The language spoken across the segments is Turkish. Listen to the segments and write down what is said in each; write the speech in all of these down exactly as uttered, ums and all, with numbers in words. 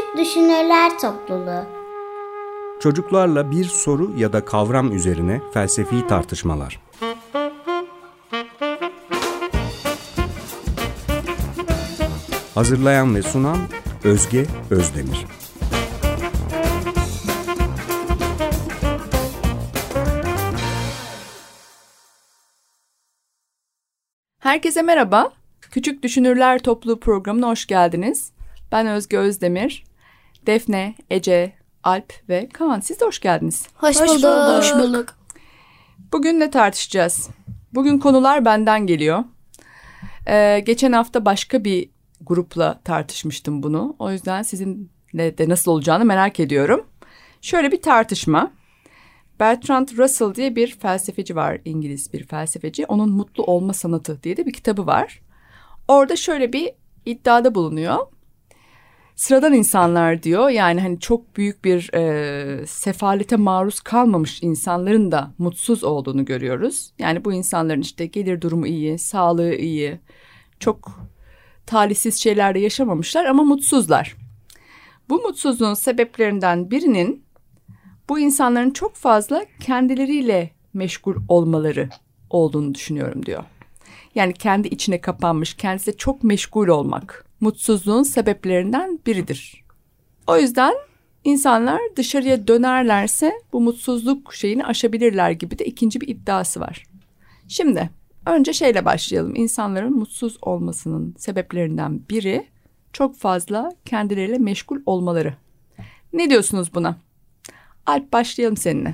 Küçük Düşünürler Topluluğu. Çocuklarla bir soru ya da kavram üzerine felsefi tartışmalar. Hazırlayan ve sunan Özge Özdemir. Herkese merhaba. Küçük Düşünürler Topluluğu programına hoş geldiniz. Ben Özge Özdemir. Defne, Ece, Alp ve Kaan, siz de hoş geldiniz. Hoş bulduk. Hoş bulduk. Bugün ne tartışacağız? Bugün konular benden geliyor. Ee, geçen hafta başka bir grupla tartışmıştım bunu. O yüzden sizinle de nasıl olacağını merak ediyorum. Şöyle bir tartışma. Bertrand Russell diye bir felsefeci var, İngiliz bir felsefeci. Onun Mutlu Olma Sanatı diye de bir kitabı var. Orada şöyle bir iddiada bulunuyor. Sıradan insanlar diyor, yani hani çok büyük bir e, sefalete maruz kalmamış insanların da mutsuz olduğunu görüyoruz. Yani bu insanların işte gelir durumu iyi, sağlığı iyi, çok talihsiz şeylerde yaşamamışlar ama mutsuzlar. Bu mutsuzluğun sebeplerinden birinin bu insanların çok fazla kendileriyle meşgul olmaları olduğunu düşünüyorum diyor. Yani kendi içine kapanmış, kendisi çok meşgul olmak mutsuzluğun sebeplerinden biridir. O yüzden insanlar dışarıya dönerlerse bu mutsuzluk şeyini aşabilirler gibi de ikinci bir iddiası var. Şimdi önce şeyle başlayalım. İnsanların mutsuz olmasının sebeplerinden biri çok fazla kendileriyle meşgul olmaları. Ne diyorsunuz buna? Alp, başlayalım seninle.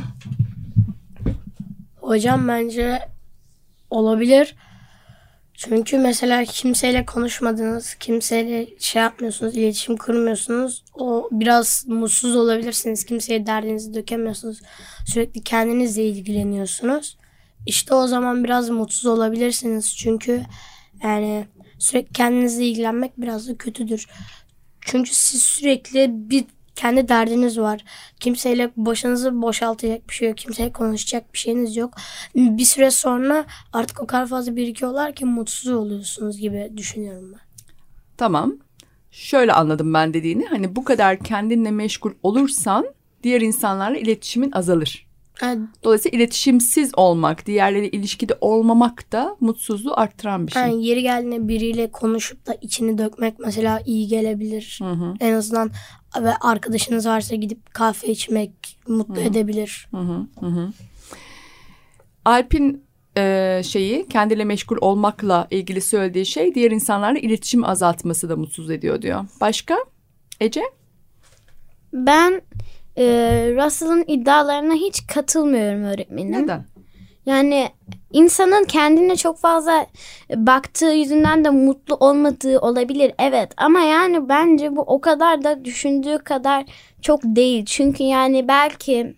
Hocam bence olabilir. Çünkü mesela kimseyle konuşmadınız, kimseyle şey yapmıyorsunuz, iletişim kurmuyorsunuz. O biraz mutsuz olabilirsiniz. Kimseye derdinizi dökemiyorsunuz. Sürekli kendinizle ilgileniyorsunuz. İşte o zaman biraz mutsuz olabilirsiniz. Çünkü yani sürekli kendinizle ilgilenmek biraz da kötüdür. Çünkü siz sürekli bir kendi derdiniz var. Kimseyle başınızı boşaltacak bir şey yok. Kimseyle konuşacak bir şeyiniz yok. Bir süre sonra artık o kadar fazla birikiyorlar ki mutsuz oluyorsunuz gibi düşünüyorum ben. Tamam. Şöyle anladım ben dediğini. Hani bu kadar kendinle meşgul olursan diğer insanlarla iletişimin azalır. Evet. Dolayısıyla iletişimsiz olmak, diğerleriyle ilişkide olmamak da mutsuzluğu arttıran bir şey. Yani yeri geldiğinde biriyle konuşup da içini dökmek mesela iyi gelebilir. Hı hı. En azından ve arkadaşınız varsa gidip kahve içmek mutlu Hı. edebilir. Hı hı, hı hı. Alp'in e, şeyi kendiyle meşgul olmakla ilgili söylediği şey diğer insanlarla iletişim azaltması da mutsuz ediyor diyor. Başka? Ece? Ben e, Russell'ın iddialarına hiç katılmıyorum öğretmenim. Neden? Yani insanın kendine çok fazla baktığı yüzünden de mutlu olmadığı olabilir. Evet, ama yani bence bu o kadar da düşündüğü kadar çok değil. Çünkü yani belki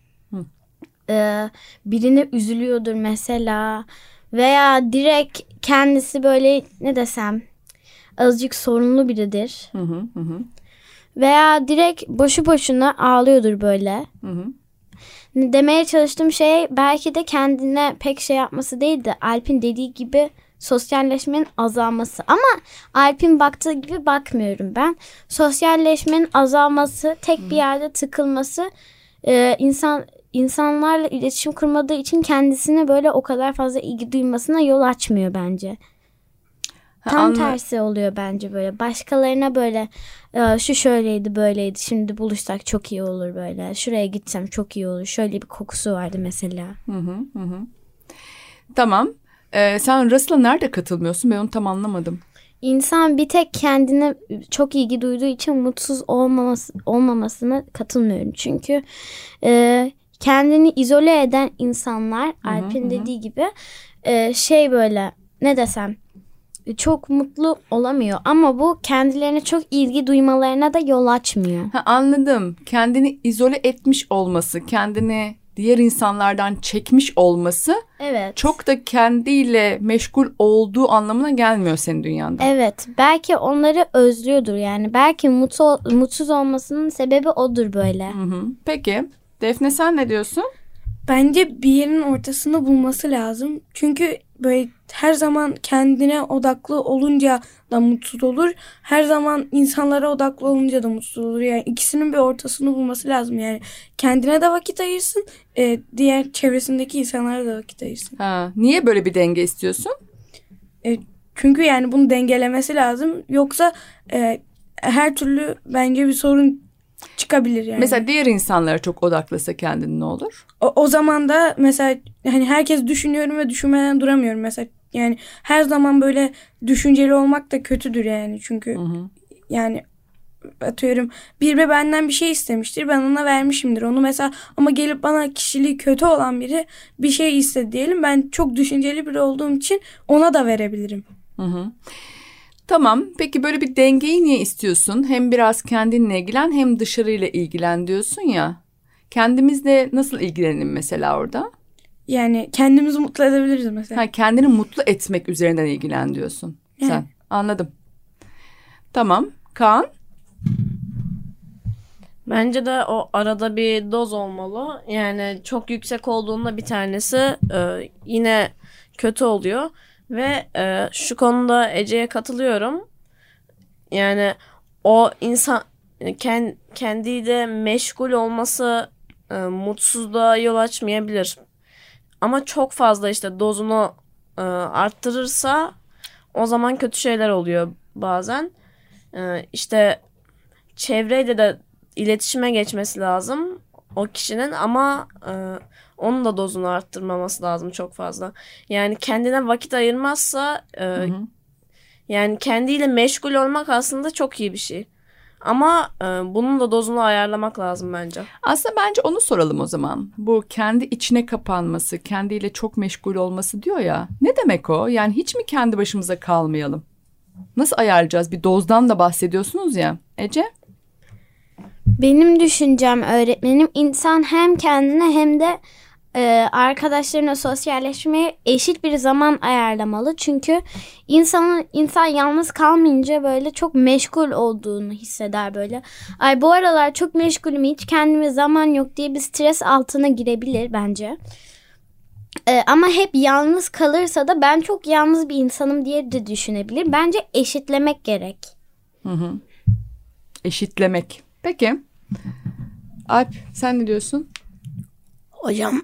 e, birine üzülüyordur mesela. Veya direkt kendisi böyle ne desem azıcık sorunlu biridir. Hı hı hı. Veya direkt boşu boşuna ağlıyordur böyle. Hı hı. Demeye çalıştığım şey belki de kendine pek şey yapması değil de Alp'in dediği gibi sosyalleşmenin azalması. Ama Alp'in baktığı gibi bakmıyorum ben. Sosyalleşmenin azalması, tek bir yerde tıkılması, e, insan insanlarla iletişim kurmadığı için kendisine böyle o kadar fazla ilgi duymasına yol açmıyor bence. Tam Anla- tersi oluyor bence böyle. Başkalarına böyle şu şöyleydi böyleydi, şimdi buluşsak çok iyi olur böyle. Şuraya gitsem çok iyi olur. Şöyle bir kokusu vardı mesela. Hı hı hı. Tamam. Ee, sen Russell'a nerede katılmıyorsun? Ben onu tam anlamadım. İnsan bir tek kendine çok ilgi duyduğu için mutsuz olmaması, olmamasına katılmıyorum. Çünkü e, kendini izole eden insanlar, Hı hı, Alp'in hı. dediği gibi e, şey böyle ne desem çok mutlu olamıyor. Ama bu kendilerine çok ilgi duymalarına da yol açmıyor. Ha, anladım. Kendini izole etmiş olması, kendini diğer insanlardan çekmiş olması Evet. çok da kendiyle meşgul olduğu anlamına gelmiyor senin dünyanda. Evet. Belki onları özlüyordur yani. Belki mutlu, mutsuz olmasının sebebi odur böyle. Hı hı. Peki Defne, sen ne diyorsun? Bence bir yerin ortasını bulması lazım. Çünkü böyle her zaman kendine odaklı olunca da mutsuz olur. Her zaman insanlara odaklı olunca da mutsuz olur. Yani ikisinin bir ortasını bulması lazım. Yani kendine de vakit ayırsın, e, diğer çevresindeki insanlara da vakit ayırsın. Ha, niye böyle bir denge istiyorsun? E, çünkü yani bunu dengelemesi lazım. Yoksa e, her türlü bence bir sorun çıkabilir yani. Mesela diğer insanlara çok odaklasa kendini ne olur? O, o zaman da mesela hani herkes düşünüyorum ve düşünmeden duramıyorum mesela. Yani her zaman böyle düşünceli olmak da kötüdür yani. Çünkü Hı hı. yani atıyorum biri benden bir şey istemiştir, ben ona vermişimdir onu mesela, ama gelip bana kişiliği kötü olan biri bir şey istedi diyelim, ben çok düşünceli biri olduğum için ona da verebilirim. Hı hı. Tamam, peki böyle bir dengeyi niye istiyorsun? Hem biraz kendinle ilgilen hem dışarıyla ilgilen diyorsun ya. Kendimizle nasıl ilgilenelim mesela orada? Yani kendimizi mutlu edebiliriz mesela. Ha, kendini mutlu etmek üzerinden ilgilen diyorsun sen. Evet. Anladım. Tamam, Kaan? Bence de o arada bir doz olmalı. Yani çok yüksek olduğunda bir tanesi e, yine kötü oluyor. Ve e, şu konuda Ece'ye katılıyorum. Yani o insan kend, kendiyle meşgul olması e, mutsuzluğa yol açmayabilir. Ama çok fazla işte dozunu e, arttırırsa o zaman kötü şeyler oluyor bazen. E, işte çevreyle de iletişime geçmesi lazım o kişinin, ama e, onun da dozunu arttırmaması lazım çok fazla. Yani kendine vakit ayırmazsa e, Hı hı. yani kendiyle meşgul olmak aslında çok iyi bir şey. Ama e, bunun da dozunu ayarlamak lazım bence. Aslında bence onu soralım o zaman. Bu kendi içine kapanması, kendiyle çok meşgul olması diyor ya. Ne demek o? Yani hiç mi kendi başımıza kalmayalım? Nasıl ayarlayacağız? Bir dozdan da bahsediyorsunuz ya. Ece? Benim düşüncem öğretmenim, insan hem kendine hem de e, arkadaşlarına sosyalleşmeye eşit bir zaman ayarlamalı. Çünkü insanın insan yalnız kalmayınca böyle çok meşgul olduğunu hisseder böyle. Ay bu aralar çok meşgulüm, hiç kendime zaman yok diye bir stres altına girebilir bence. E, ama hep yalnız kalırsa da ben çok yalnız bir insanım diye de düşünebilir. Bence eşitlemek gerek. Hı hı. Eşitlemek. Peki. Alp, sen ne diyorsun? Hocam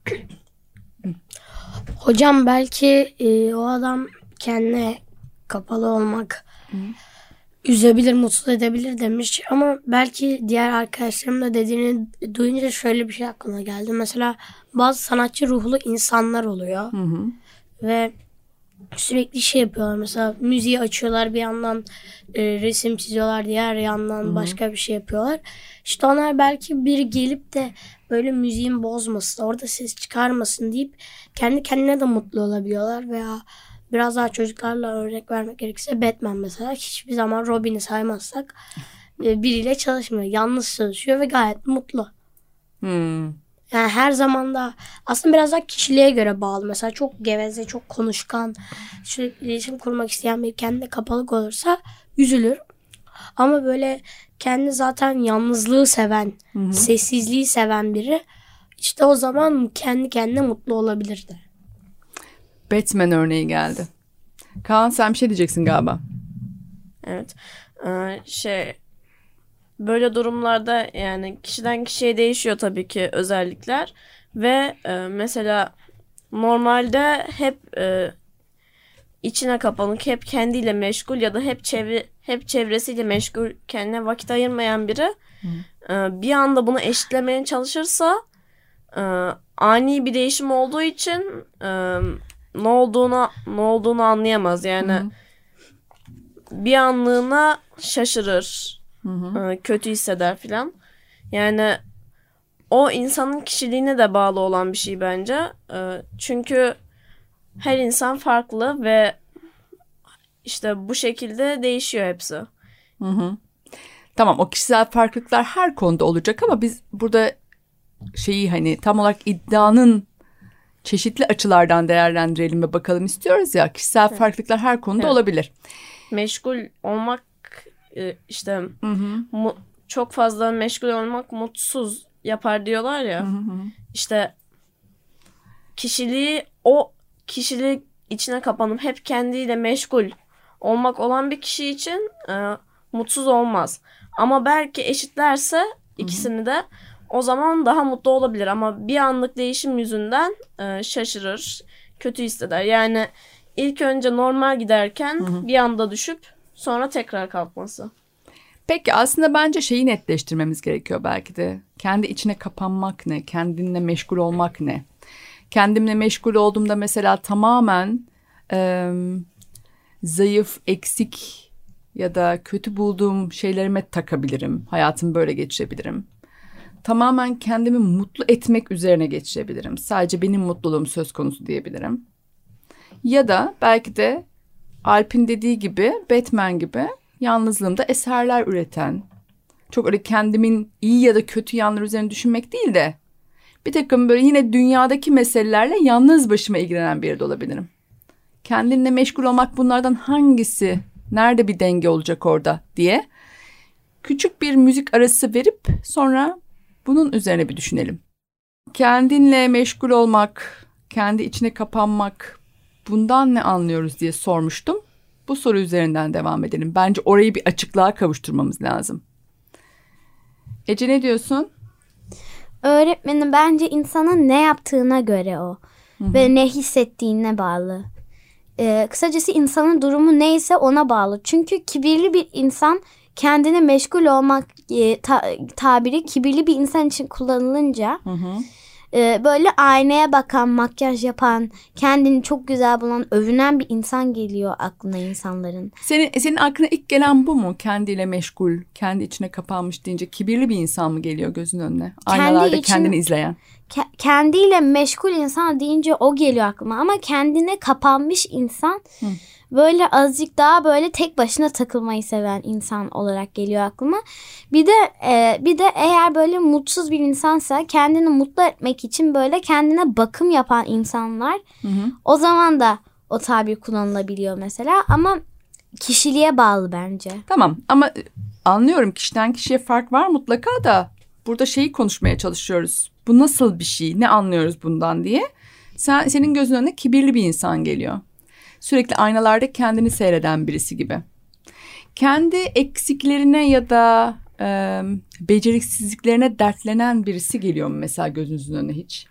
hocam belki e, o adam kendine kapalı olmak Hı. üzebilir, mutsuz edebilir demiş, ama belki diğer arkadaşlarım da dediğini duyunca şöyle bir şey aklıma geldi. Mesela bazı sanatçı ruhlu insanlar oluyor. Hı hı. Ve sürekli şey yapıyorlar, mesela müziği açıyorlar, bir yandan e, resim çiziyorlar, diğer yandan Hı-hı. başka bir şey yapıyorlar. İşte onlar belki biri gelip de böyle müziğin bozmasın, orada ses çıkarmasın deyip kendi kendine de mutlu olabiliyorlar. Veya biraz daha çocuklarla örnek vermek gerekirse Batman mesela hiçbir zaman Robin'i saymazsak e, biriyle çalışmıyor, yalnız çalışıyor ve gayet mutlu. Hmm. Yani her zaman da aslında biraz daha kişiliğe göre bağlı. Mesela çok geveze, çok konuşkan, sürekli iletişim kurmak isteyen biri kendine kapalık olursa üzülür. Ama böyle kendi zaten yalnızlığı seven, hı hı. sessizliği seven biri işte o zaman kendi kendine mutlu olabilir de. Batman örneği geldi. Kaan, sen bir şey diyeceksin galiba. Evet. Ee, şey... Böyle durumlarda yani kişiden kişiye değişiyor tabii ki özellikler ve e, mesela normalde hep e, içine kapanık, hep kendiyle meşgul ya da hep çevre hep çevresiyle meşgul, kendine vakit ayırmayan biri e, bir anda bunu eşitlemeye çalışırsa e, ani bir değişim olduğu için e, ne olduğunu ne olduğunu anlayamaz. Yani Hı-hı. bir anlığına şaşırır. Hı hı. Kötü hisseder filan. Yani o insanın kişiliğine de bağlı olan bir şey bence. Çünkü her insan farklı ve işte bu şekilde değişiyor hepsi. Hı hı. Tamam, o kişisel farklılıklar her konuda olacak ama biz burada şeyi hani tam olarak iddianın çeşitli açılardan değerlendirelim ve bakalım istiyoruz ya. Kişisel evet. farklılıklar her konuda evet. olabilir. Meşgul olmak işte hı hı. Mu, çok fazla meşgul olmak mutsuz yapar diyorlar ya. Hı hı. İşte kişiliği o kişilik içine kapanıp hep kendiyle meşgul olmak olan bir kişi için e, mutsuz olmaz. Ama belki eşitlerse ikisini de o zaman daha mutlu olabilir. Ama bir anlık değişim yüzünden e, şaşırır, kötü hisseder. Yani ilk önce normal giderken hı hı. bir anda düşüp sonra tekrar kalkması. Peki aslında bence şeyi netleştirmemiz gerekiyor belki de. Kendi içine kapanmak ne? Kendinle meşgul olmak ne? Kendimle meşgul olduğumda mesela tamamen e, zayıf, eksik ya da kötü bulduğum şeylerime takabilirim. Hayatımı böyle geçirebilirim. Tamamen kendimi mutlu etmek üzerine geçirebilirim. Sadece benim mutluluğum söz konusu diyebilirim. Ya da belki de Alp'in dediği gibi, Batman gibi yalnızlığımda eserler üreten, çok öyle kendimin iyi ya da kötü yanları üzerine düşünmek değil de bir takım böyle yine dünyadaki meselelerle yalnız başıma ilgilenen bir yerde olabilirim. Kendinle meşgul olmak bunlardan hangisi, nerede bir denge olacak orada diye küçük bir müzik arası verip sonra bunun üzerine bir düşünelim. Kendinle meşgul olmak, kendi içine kapanmak, bundan ne anlıyoruz diye sormuştum. Bu soru üzerinden devam edelim. Bence orayı bir açıklığa kavuşturmamız lazım. Ece ne diyorsun? Öğretmenim bence insanın ne yaptığına göre o. Hı-hı. Ve ne hissettiğine bağlı. Ee, kısacası insanın durumu neyse ona bağlı. Çünkü kibirli bir insan kendine meşgul olmak e, ta, tabiri kibirli bir insan için kullanılınca e, böyle aynaya bakan, makyaj yapan, kendini çok güzel bulan, övünen bir insan geliyor aklına insanların. Senin, senin aklına ilk gelen bu mu? Kendiyle meşgul, kendi içine kapanmış deyince kibirli bir insan mı geliyor gözün önüne? Aynalarda Kendi için, kendini izleyen. Ke- kendiyle meşgul insan deyince o geliyor aklıma ama kendine kapanmış insan... Hı. Böyle azıcık daha böyle tek başına takılmayı seven insan olarak geliyor aklıma. Bir de e, bir de eğer böyle mutsuz bir insansa kendini mutlu etmek için böyle kendine bakım yapan insanlar hı hı. o zaman da o tabir kullanılabiliyor mesela ama kişiliğe bağlı bence. Tamam ama anlıyorum kişiden kişiye fark var mutlaka da burada şeyi konuşmaya çalışıyoruz. Bu nasıl bir şey? Ne anlıyoruz bundan diye. Sen, senin gözün önüne kibirli bir insan geliyor. Sürekli aynalarda kendini seyreden birisi gibi. Kendi eksiklerine ya da e, beceriksizliklerine dertlenen birisi geliyor mu mesela gözünüzün önüne hiç?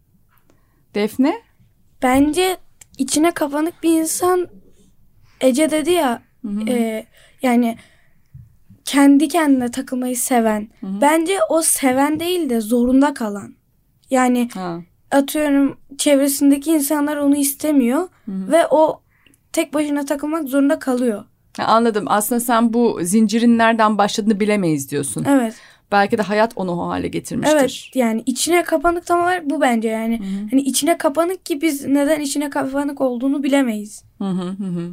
Defne? Bence içine kapanık bir insan, Ece dedi ya, e, yani kendi kendine takılmayı seven. Hı hı. Bence o seven değil de zorunda kalan. Yani... Ha. Atıyorum çevresindeki insanlar onu istemiyor Hı-hı. ve o tek başına takılmak zorunda kalıyor. Ha, anladım. Aslında sen bu zincirin nereden başladığını bilemeyiz diyorsun. Evet. Belki de hayat onu o hale getirmiştir. Evet yani içine kapanık tam olarak bu bence yani. Hı-hı. Hani içine kapanık ki biz neden içine kapanık olduğunu bilemeyiz. Hı hı hı.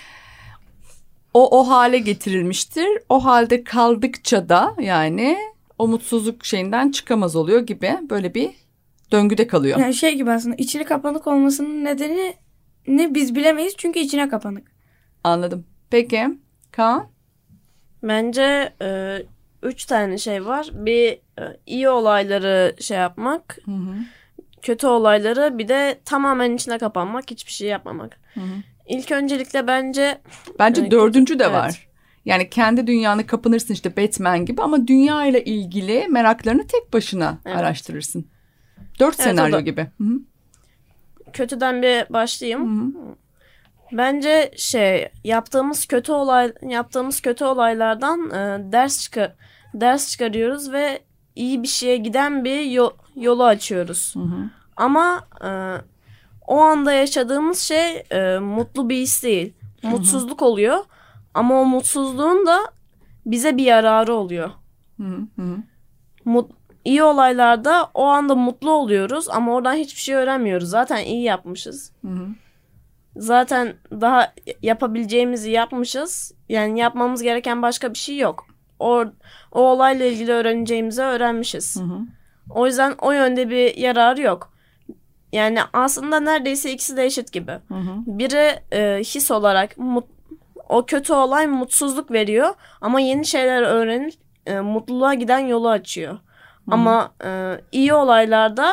O o hale getirilmiştir. O halde kaldıkça da yani o mutsuzluk şeyinden çıkamaz oluyor gibi böyle bir döngüde kalıyor. Yani şey gibi aslında içine kapanık olmasının nedeni ne biz bilemeyiz çünkü içine kapanık. Anladım. Peki Kaan? Bence e, üç tane şey var. Bir e, iyi olayları şey yapmak, hı hı. kötü olayları, bir de tamamen içine kapanmak, hiçbir şey yapmamak. Hı hı. İlk öncelikle bence... Bence e, dördüncü kötü, de evet. var. Yani kendi dünyanı kapınırsın işte Batman gibi ama dünya ile ilgili meraklarını tek başına evet. araştırırsın. Dört evet, senaryo gibi. Hı-hı. Kötüden bir başlayayım. Hı-hı. Bence şey yaptığımız kötü olay yaptığımız kötü olaylardan e, ders çıkar ders çıkarıyoruz ve iyi bir şeye giden bir yol, yolu açıyoruz. Hı-hı. Ama e, o anda yaşadığımız şey e, mutlu bir his değil. Hı-hı. Mutsuzluk oluyor. Ama o mutsuzluğun da bize bir yararı oluyor. Hı-hı. Mut İyi olaylarda o anda mutlu oluyoruz ama oradan hiçbir şey öğrenmiyoruz. Zaten iyi yapmışız. Hı hı. Zaten daha yapabileceğimizi yapmışız. Yani yapmamız gereken başka bir şey yok. O, o olayla ilgili öğreneceğimizi öğrenmişiz. Hı hı. O yüzden o yönde bir yararı yok. Yani aslında neredeyse ikisi de eşit gibi. Hı hı. Biri e, his olarak mut, o kötü olay mutsuzluk veriyor ama yeni şeyler öğrenip e, mutluluğa giden yolu açıyor. Hı. Ama e, iyi olaylarda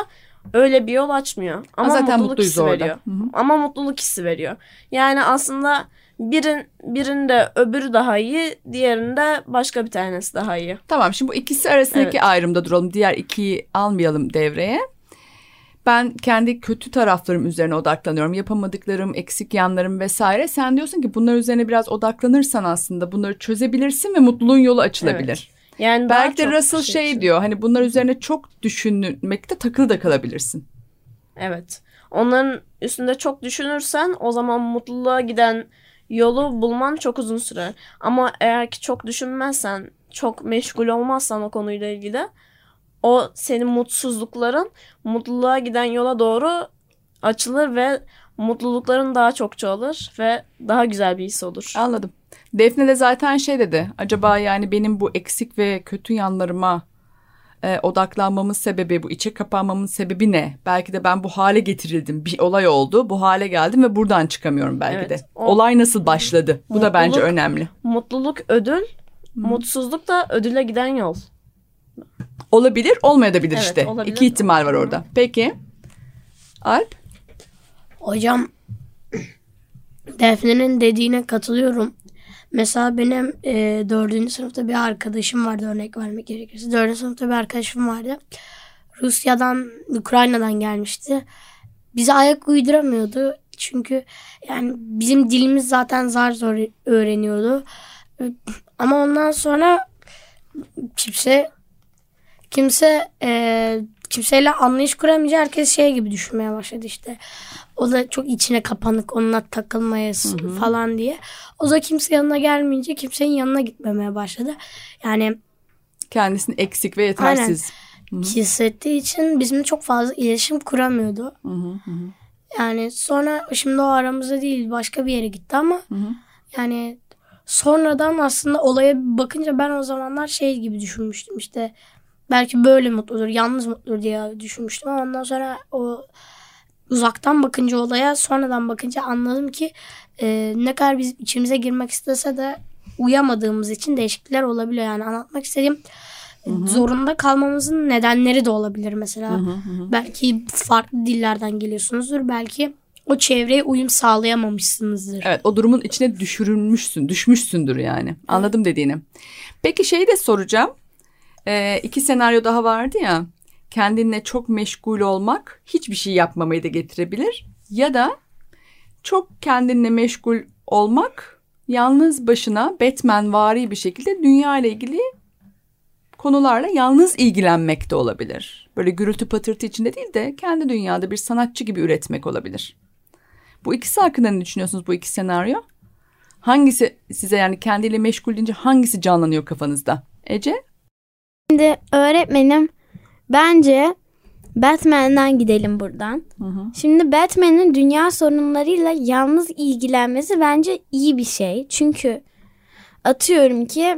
öyle bir yol açmıyor. Ama zaten mutluluk mutluyuz hissi orada. veriyor. Hı hı. Ama mutluluk hissi veriyor. Yani aslında birin birinde öbürü daha iyi, diğerinde başka bir tanesi daha iyi. Tamam, şimdi bu ikisi arasındaki Evet. ayrımda duralım. Diğer ikiyi almayalım devreye. Ben kendi kötü taraflarım üzerine odaklanıyorum. Yapamadıklarım, eksik yanlarım vesaire. Sen diyorsun ki bunlar üzerine biraz odaklanırsan aslında bunları çözebilirsin ve mutluluğun yolu açılabilir. Evet. Yani daha Belki de çok Russell şey şey için. diyor, hani bunlar üzerine çok düşünmekte takılı da kalabilirsin. Evet. Onların üstünde çok düşünürsen o zaman mutluluğa giden yolu bulman çok uzun sürer. Ama eğer ki çok düşünmezsen, çok meşgul olmazsan o konuyla ilgili, o senin mutsuzlukların mutluluğa giden yola doğru açılır ve mutlulukların daha çok çoğalır ve daha güzel bir his olur. Anladım. Defne de zaten şey dedi. Acaba yani benim bu eksik ve kötü yanlarıma e, odaklanmamın sebebi, bu içe kapanmamın sebebi ne? Belki de ben bu hale getirildim. Bir olay oldu. Bu hale geldim ve buradan çıkamıyorum belki Evet, de. o- Olay nasıl başladı? Bu da bence Mutluluk- önemli. Mutluluk ödül, mutsuzluk da ödüle giden yol. Olabilir, olmayabilir Evet, işte. olabilir. İki ihtimal var orada. Peki. Alp? Hocam Defne'nin dediğine katılıyorum. Mesela benim e, dördüncü sınıfta bir arkadaşım vardı, örnek vermek gerekirse. Dördüncü sınıfta bir arkadaşım vardı. Rusya'dan, Ukrayna'dan gelmişti. Bize ayak uyduramıyordu. Çünkü yani bizim dilimiz zaten zar zor öğreniyordu. Ama ondan sonra kimse kimse e, kimseyle anlayış kuramayınca herkes şey gibi düşünmeye başladı işte. O da çok içine kapanık, onunla takılmayız falan diye. O da kimse yanına gelmeyince kimsenin yanına gitmemeye başladı. Yani Kendisini eksik ve yetersiz. hissettiği için bizimle çok fazla iletişim kuramıyordu. Hı hı hı. Yani sonra şimdi o aramızda değil, başka bir yere gitti ama yani sonradan aslında olaya bakınca ben o zamanlar şey gibi düşünmüştüm işte, belki böyle mutludur, yalnız mutludur diye düşünmüştüm ama ondan sonra o uzaktan bakınca olaya, sonradan bakınca anladım ki e, ne kadar biz içimize girmek istese de uyamadığımız için değişiklikler olabiliyor. Yani anlatmak istediğim, zorunda kalmamızın nedenleri de olabilir mesela. Belki farklı dillerden geliyorsunuzdur, belki o çevreye uyum sağlayamamışsınızdır. Evet, o durumun içine düşürülmüşsün, düşmüşsündür yani. Anladım dediğini. Peki şeyi de soracağım. Ee, iki senaryo daha vardı ya. Kendinle çok meşgul olmak hiçbir şey yapmamayı da getirebilir. Ya da çok kendinle meşgul olmak yalnız başına Batman-vari bir şekilde dünya ile ilgili konularla yalnız ilgilenmek de olabilir. Böyle gürültü patırtı içinde değil de kendi dünyada bir sanatçı gibi üretmek olabilir. Bu ikisi hakkında ne düşünüyorsunuz, bu iki senaryo? Hangisi size, yani kendiyle meşgul deyince hangisi canlanıyor kafanızda? Ece? Şimdi öğretmenim, bence Batman'den gidelim buradan. Hı hı. Şimdi Batman'in dünya sorunlarıyla yalnız ilgilenmesi bence iyi bir şey. Çünkü atıyorum ki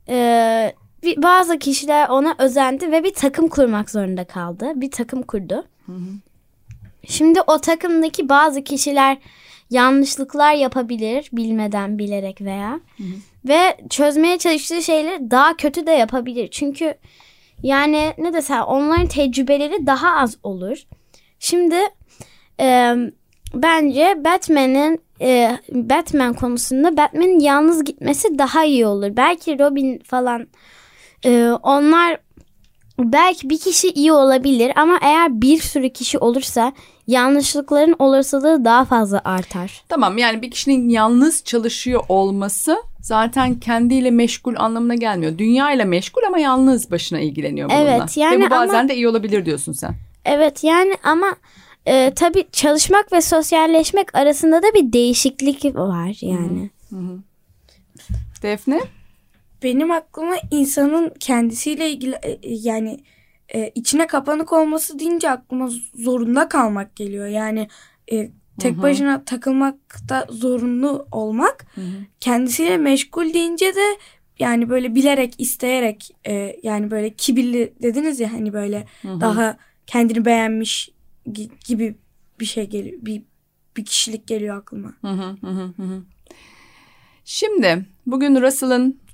e, bir, bazı kişiler ona özendi ve bir takım kurmak zorunda kaldı. Bir takım kurdu. Hı hı. Şimdi o takımdaki bazı kişiler yanlışlıklar yapabilir, bilmeden, bilerek veya hı hı. ve çözmeye çalıştığı şeyleri daha kötü de yapabilir. Çünkü yani ne desem, onların tecrübeleri daha az olur. Şimdi e, bence Batman'in e, Batman konusunda Batman'in yalnız gitmesi daha iyi olur. Belki Robin falan e, onlar, belki bir kişi iyi olabilir ama eğer bir sürü kişi olursa yanlışlıkların olasılığı daha fazla artar. Tamam, yani bir kişinin yalnız çalışıyor olması zaten kendiyle meşgul anlamına gelmiyor. Dünya ile meşgul ama yalnız başına ilgileniyor bununla. Evet, yani ve bu bazen ama, de iyi olabilir diyorsun sen. Evet yani ama e, tabii çalışmak ve sosyalleşmek arasında da bir değişiklik var yani. Hı hı. Defne? Benim aklıma insanın kendisiyle ilgili e, yani e, içine kapanık olması deyince aklıma zorunda kalmak geliyor. Yani e, tek Hı hı. başına takılmakta zorunlu olmak. Hı hı. Kendisiyle meşgul deyince de yani böyle bilerek, isteyerek e, yani böyle kibirli dediniz ya, hani böyle Hı hı. daha kendini beğenmiş gi- gibi bir şey geliyor. Bir, bir kişilik geliyor aklıma. Hı hı hı hı hı. Şimdi bugün Russell'ın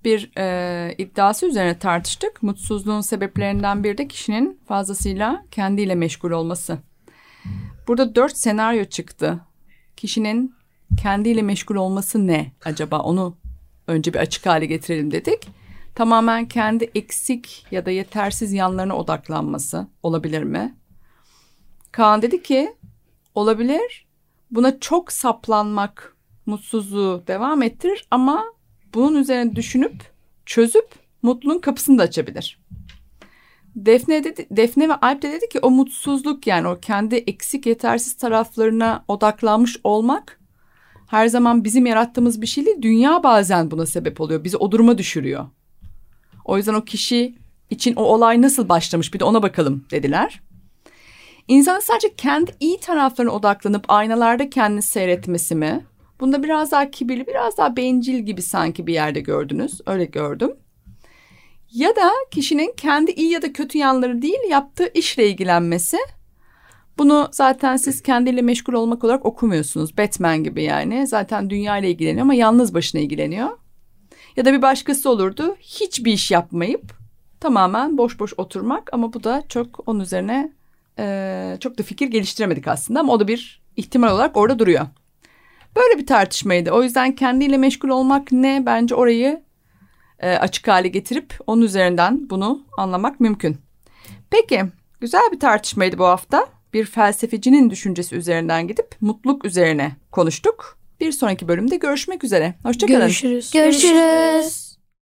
bir e, iddiası üzerine tartıştık. Mutsuzluğun sebeplerinden biri de kişinin fazlasıyla kendiyle meşgul olması. Burada dört senaryo çıktı. Kişinin kendiyle meşgul olması ne acaba? Onu önce bir açık hale getirelim dedik. Tamamen kendi eksik ya da yetersiz yanlarına odaklanması olabilir mi? Kaan dedi ki olabilir. Buna çok saplanmak mutsuzluğu devam ettirir ama bunun üzerine düşünüp çözüp mutluluğun kapısını da açabilir. Defne, dedi, Defne ve Alp de dedi ki o mutsuzluk, yani o kendi eksik yetersiz taraflarına odaklanmış olmak her zaman bizim yarattığımız bir şey değil. Dünya bazen buna sebep oluyor. Bizi o duruma düşürüyor. O yüzden o kişi için o olay nasıl başlamış bir de ona bakalım dediler. İnsanın sadece kendi iyi taraflarına odaklanıp aynalarda kendini seyretmesi mi? Bunda biraz daha kibirli, biraz daha bencil gibi sanki bir yerde gördünüz. Öyle gördüm. Ya da kişinin kendi iyi ya da kötü yanları değil, yaptığı işle ilgilenmesi. Bunu zaten siz kendiyle meşgul olmak olarak okumuyorsunuz. Batman gibi yani. Zaten dünya ile ilgileniyor ama yalnız başına ilgileniyor. Ya da bir başkası olurdu. Hiçbir iş yapmayıp tamamen boş boş oturmak. Ama bu da çok onun üzerine e, çok da fikir geliştiremedik aslında. Ama o da bir ihtimal olarak orada duruyor. Böyle bir tartışmaydı. O yüzden kendiyle meşgul olmak ne? Bence orayı e, açık hale getirip onun üzerinden bunu anlamak mümkün. Peki, güzel bir tartışmaydı bu hafta. Bir felsefecinin düşüncesi üzerinden gidip mutluluk üzerine konuştuk. Bir sonraki bölümde görüşmek üzere. Hoşça kalın. Görüşürüz. Görüşürüz.